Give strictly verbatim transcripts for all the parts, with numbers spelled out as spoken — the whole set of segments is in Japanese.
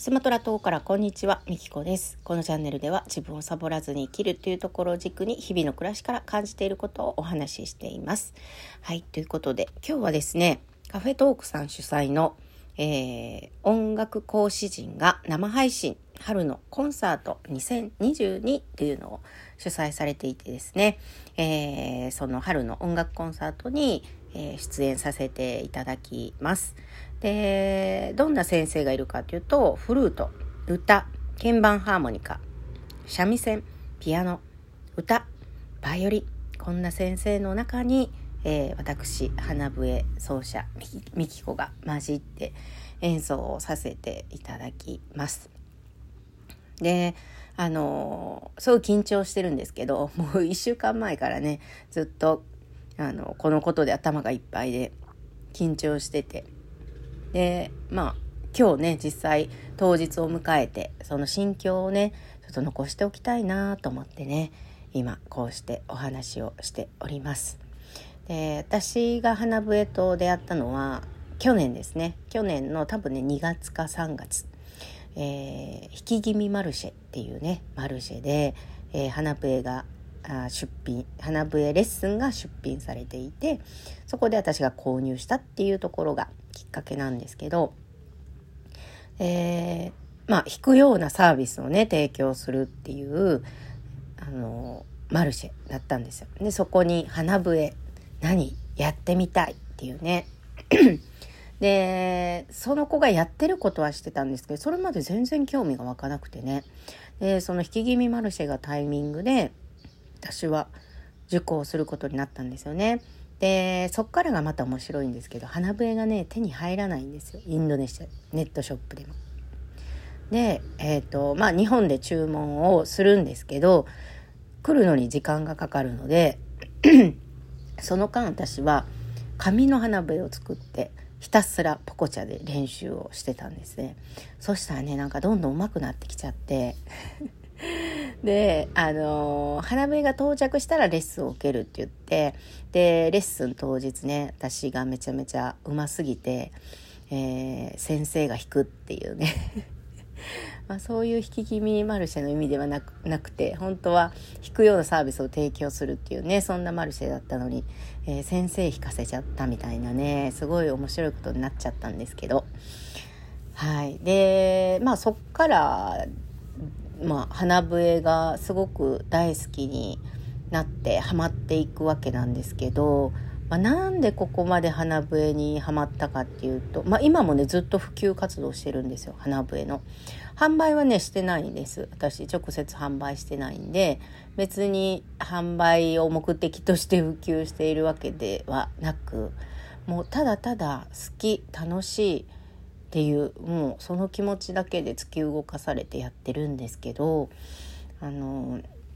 スマトラ島からこんにちは、みきこです。このチャンネルでは自分をサボらずに生きるというところを軸に日々の暮らしから感じていることをお話ししています。はい、ということで今日はですね、カフェトークさん主催の、えー、音楽講師陣が生配信春のコンサートにせんにじゅうにというのを主催されていてですね、えー、その春の音楽コンサートに、えー、出演させていただきます。で、どんな先生がいるかというと、フルート、歌、鍵盤ハーモニカ、三味線、ピアノ、歌、バイオリン、こんな先生の中に、えー、私花笛奏者みきこが混じって演奏をさせていただきます。で、あのー、すごい緊張してるんですけど、もういっしゅうかんまえからねずっとあのこのことで頭がいっぱいで緊張してて、でまあ今日ね実際当日を迎えてその心境をねちょっと残しておきたいなと思ってね、今こうしてお話をしております。で、私が花笛と出会ったのは去年ですね。去年の多分ねにがつかさんがつ、えー、弾き気味マルシェっていうねマルシェで、えー、花笛があ出品花笛レッスンが出品されていて、そこで私が購入したっていうところがきっかけなんですけど、えー、まあ弾くようなサービスをね提供するっていうあのマルシェだったんですよ。でそこに花笛何やってみたいっていうねでその子がやってることはしてたんですけど、それまで全然興味が湧かなくてね、でその弾き気味マルシェがタイミングで私は受講することになったんですよね。でそっからがまた面白いんですけど、花笛がね手に入らないんですよ、インドネシアネットショップでも。で、えーとまあ、日本で注文をするんですけど来るのに時間がかかるのでその間私は紙の花笛を作ってひたすらポコチャで練習をしてたんですね。そしたらねなんかどんどん上手くなってきちゃってで、あのー、花笛が到着したらレッスンを受けるって言って、でレッスン当日ね私がめちゃめちゃ上手すぎて、えー、先生が弾くっていうねまあそういう弾き気味マルシェの意味ではなく、なくて本当は弾くようなサービスを提供するっていうねそんなマルシェだったのに、えー、先生弾かせちゃったみたいなねすごい面白いことになっちゃったんですけど、はいでまあそっからまあ、花笛がすごく大好きになってハマっていくわけなんですけど、まあ、なんでここまで花笛にハマったかっていうと、まあ、今もねずっと普及活動してるんですよ。花笛の販売はねしてないんです。私直接販売してないんで別に販売を目的として普及しているわけではなく、もうただただ好き楽しいっていうもうその気持ちだけで突き動かされてやってるんですけど、あの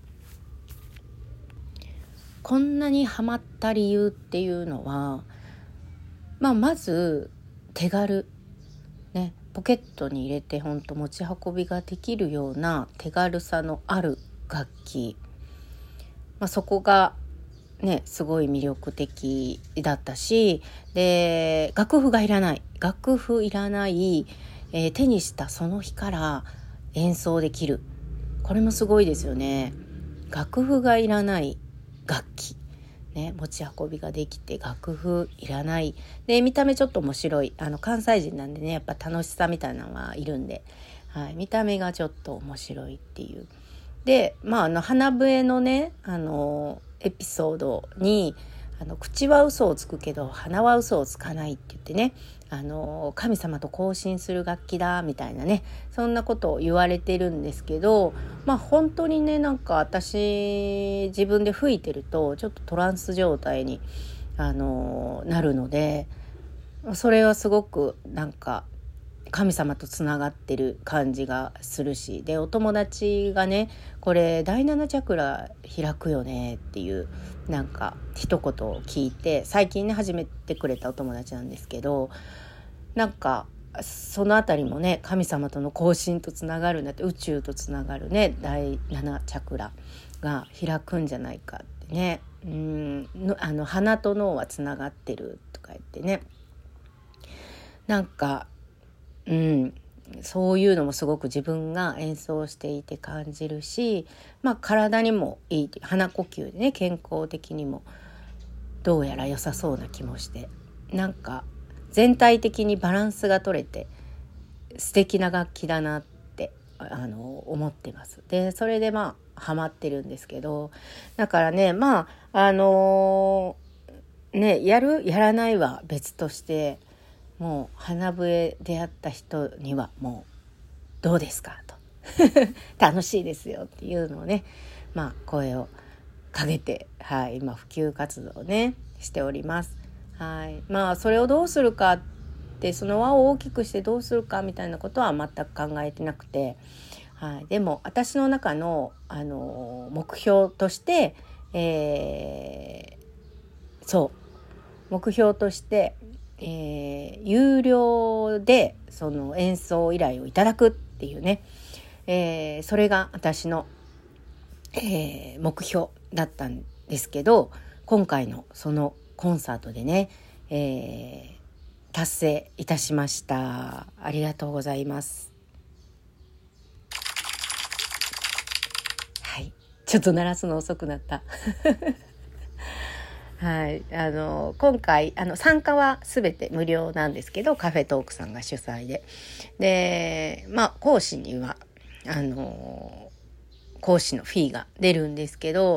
こんなにハマった理由っていうのは、まあ、まず手軽ね、ポケットに入れてほんと持ち運びができるような手軽さのある楽器、まあ、そこがねすごい魅力的だったし、で楽譜がいらない楽譜いらない、えー、手にしたその日から演奏できる、これもすごいですよね。楽譜がいらない楽器ね、持ち運びができて楽譜いらないで見た目ちょっと面白い、あの関西人なんでねやっぱ楽しさみたいなのはいるんで、はい、見た目がちょっと面白いっていうで、まあ、あの花笛のねあのエピソードにあの口は嘘をつくけど鼻は嘘をつかないって言ってね、あの神様と交信する楽器だみたいなねそんなことを言われてるんですけど、まあ本当にねなんか私自分で吹いてるとちょっとトランス状態にあのなるので、それはすごくなんか神様とつながってる感じがするし、でお友達がねこれだいななチャクラ開くよねっていうなんか一言を聞いて、最近ね始めてくれたお友達なんですけど、なんかそのあたりもね神様との交信とつながるんだって、宇宙とつながるねだいななチャクラが開くんじゃないかってね、うんあの鼻と脳はつながってるとか言ってね、なんかうんそういうのもすごく自分が演奏していて感じるし、まあ体にもいい、鼻呼吸でね健康的にもどうやら良さそうな気もして、なんか全体的にバランスが取れて素敵な楽器だなってあの思ってます。でそれでまあハマってるんですけど、だからねまああのー、ねやるやらないは別として、もう花笛であった人にはもうどうですかと楽しいですよっていうのをね、まあ声をかけて、はい、今普及活動をねしております。はい、まあそれをどうするかって、その輪を大きくしてどうするかみたいなことは全く考えてなくて、はい、でも私の中の、あの目標として、えー、そう目標として、えー、有料でその演奏依頼をいただくっていうね、えー、それが私の、えー、目標だったんですけど、今回のそのコンサートでね、えー、達成いたしました。ありがとうございます。はい、ちょっと鳴らすの遅くなったはい、あの今回あの参加はすべて無料なんですけど、カフェトークさんが主催で、でまあ講師にはあの講師のフィーが出るんですけど、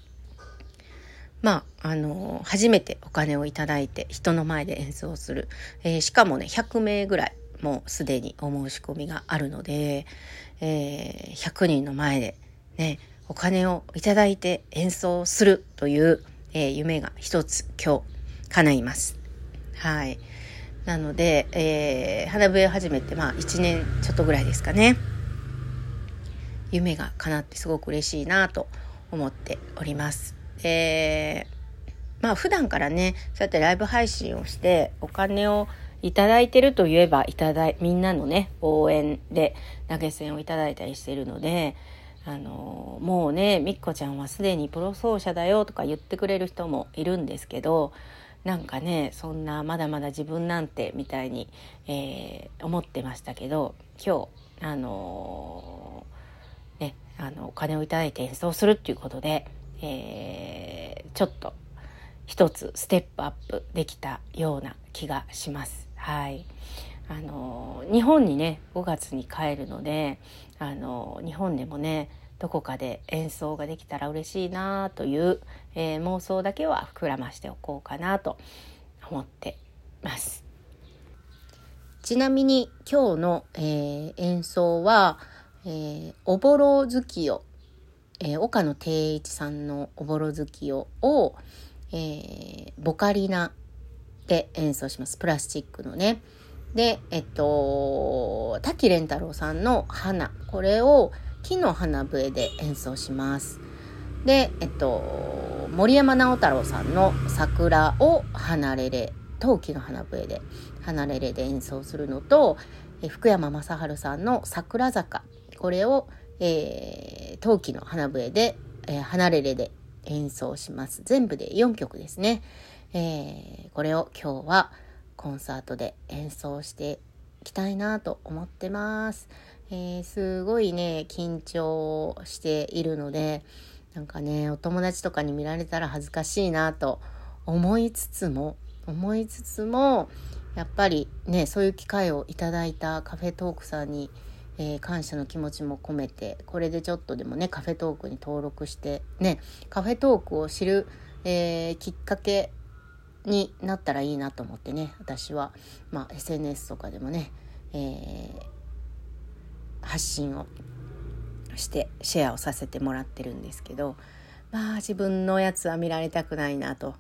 まああの初めてお金をいただいて人の前で演奏する、えー、しかもねひゃくめいぐらいもうすでにお申し込みがあるので、えー、ひゃくにんの前でねお金をいただいて演奏するというえー、夢が一つ今日叶います。はい。なので、えー、花笛を始めてまあいちねんちょっとぐらいですかね。夢が叶ってすごく嬉しいなと思っております。えー、まあ普段からねそうやってライブ配信をしてお金をいただいてるといえばいただいみんなのね応援で投げ銭をいただいたりしているので、あのもうねみっこちゃんはすでにプロ奏者だよとか言ってくれる人もいるんですけど、なんかねそんなまだまだ自分なんてみたいに、えー、思ってましたけど、今日あのー、ねあのお金をいただいて演奏するっていうことで、えー、ちょっと一つステップアップできたような気がします。はい。あの日本にねごがつに帰るので、あの日本でもねどこかで演奏ができたら嬉しいなという、えー、妄想だけは膨らましておこうかなと思ってます。ちなみに今日の、えー、演奏は、えー、おぼろ月夜、えー、岡野定一さんのおぼろ月夜を、えー、ボカリナで演奏します。プラスチックのね。で、えっと、滝蓮太郎さんの花、これを木の花笛で演奏します。で、えっと、森山直太朗さんの桜を花れれ、陶器の花笛で花れれで演奏するのと、え福山雅治さんの桜坂、これを、えー、陶器の花笛で、えー、花れれで演奏します。全部でよんきょくですね。えー、これを今日はコンサートで演奏していきたいなと思ってます。えー、すごいね緊張しているので、なんかねお友達とかに見られたら恥ずかしいなと思いつつも思いつつもやっぱりねそういう機会をいただいたカフェトークさんに、えー、感謝の気持ちも込めて、これでちょっとでもねカフェトークに登録してねカフェトークを知る、えー、きっかけになったらいいなと思ってね、私は、まあ、エスエヌエス とかでもね、えー、発信をしてシェアをさせてもらってるんですけど、まあ自分のやつは見られたくないなと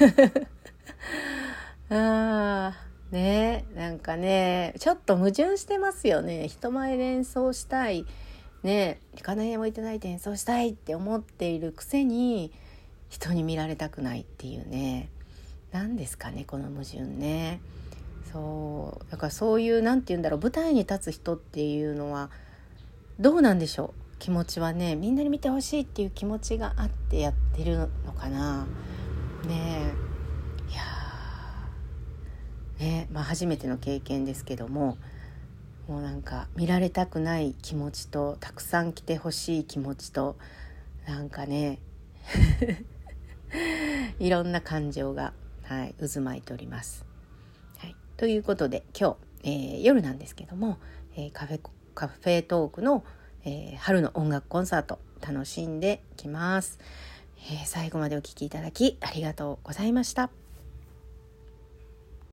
あーね、なんかねちょっと矛盾してますよね。人前で演奏したいね、金円をいただいて演奏したいって思っているくせに人に見られたくないっていうね、何ですかねこの矛盾ね。そうだからそういうなんて言うんだろう、舞台に立つ人っていうのはどうなんでしょう、気持ちはね、みんなに見てほしいっていう気持ちがあってやってるのかなねえ。いやね、まあ初めての経験ですけども、 もうなんか見られたくない気持ちと、たくさん来てほしい気持ちと、なんかねいろんな感情が、はい、渦巻いております。はい、ということで今日、えー、夜なんですけども、えー、カフェカフェトークの、えー、春の音楽コンサート楽しんできます。えー、最後までお聞きいただきありがとうございました。